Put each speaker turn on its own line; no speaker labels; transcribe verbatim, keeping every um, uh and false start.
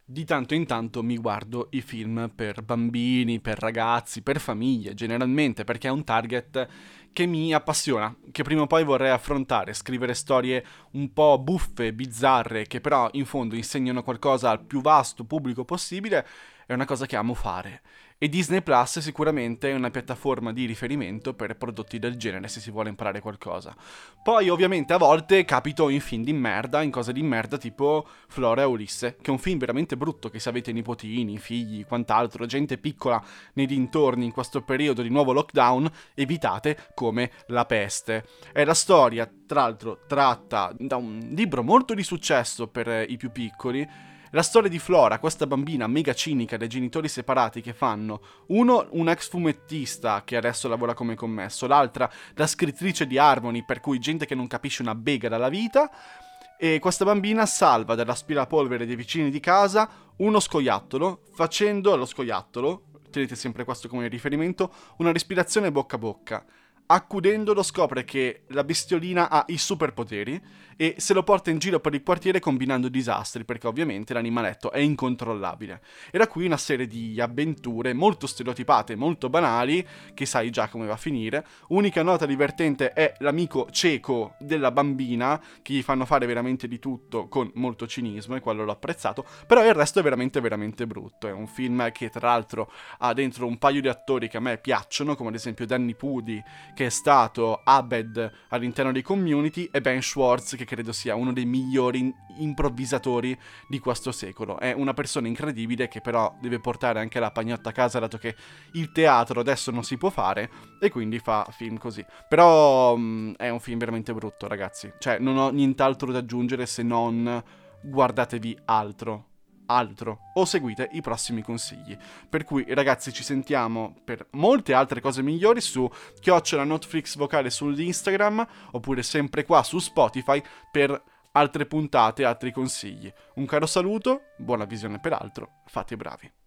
Di tanto in tanto mi guardo i film per bambini, per ragazzi, per famiglie, generalmente, perché è un target che mi appassiona, che prima o poi vorrei affrontare, scrivere storie un po' buffe, bizzarre, che però in fondo insegnano qualcosa al più vasto pubblico possibile, è una cosa che amo fare. E Disney Plus sicuramente è una piattaforma di riferimento per prodotti del genere se si vuole imparare qualcosa. Poi ovviamente a volte capito in film di merda, in cose di merda tipo Flora e Ulisse, che è un film veramente brutto che se avete nipotini, figli, quant'altro, gente piccola nei dintorni in questo periodo di nuovo lockdown, evitate come la peste. È la storia, tra l'altro, tratta da un libro molto di successo per eh, i più piccoli. La storia di Flora, questa bambina mega cinica dai genitori separati che fanno uno un ex fumettista che adesso lavora come commesso, l'altra la scrittrice di Harmony, per cui gente che non capisce una bega dalla vita, e questa bambina salva dall'aspirapolvere dei vicini di casa uno scoiattolo, facendo allo scoiattolo, tenete sempre questo come riferimento, una respirazione bocca a bocca. Accudendolo scopre che la bestiolina ha i superpoteri e se lo porta in giro per il quartiere combinando disastri, perché ovviamente l'animaletto è incontrollabile. E da qui una serie di avventure molto stereotipate, molto banali, che sai già come va a finire. Unica nota divertente è l'amico cieco della bambina, che gli fanno fare veramente di tutto con molto cinismo, e quello l'ho apprezzato, però il resto è veramente veramente brutto. È un film che tra l'altro ha dentro un paio di attori che a me piacciono, come ad esempio Danny Pudi, che è stato Abed all'interno di Community, e Ben Schwartz, che credo sia uno dei migliori improvvisatori di questo secolo. È una persona incredibile che però deve portare anche la pagnotta a casa, dato che il teatro adesso non si può fare, e quindi fa film così. Però mh, è un film veramente brutto, ragazzi. Cioè, non ho nient'altro da aggiungere se non guardatevi altro. altro o seguite i prossimi consigli. Per cui ragazzi, ci sentiamo per molte altre cose migliori su chiocciola Notflix vocale sull'Instagram, oppure sempre qua su Spotify per altre puntate, altri consigli. Un caro saluto, buona visione peraltro, fate bravi.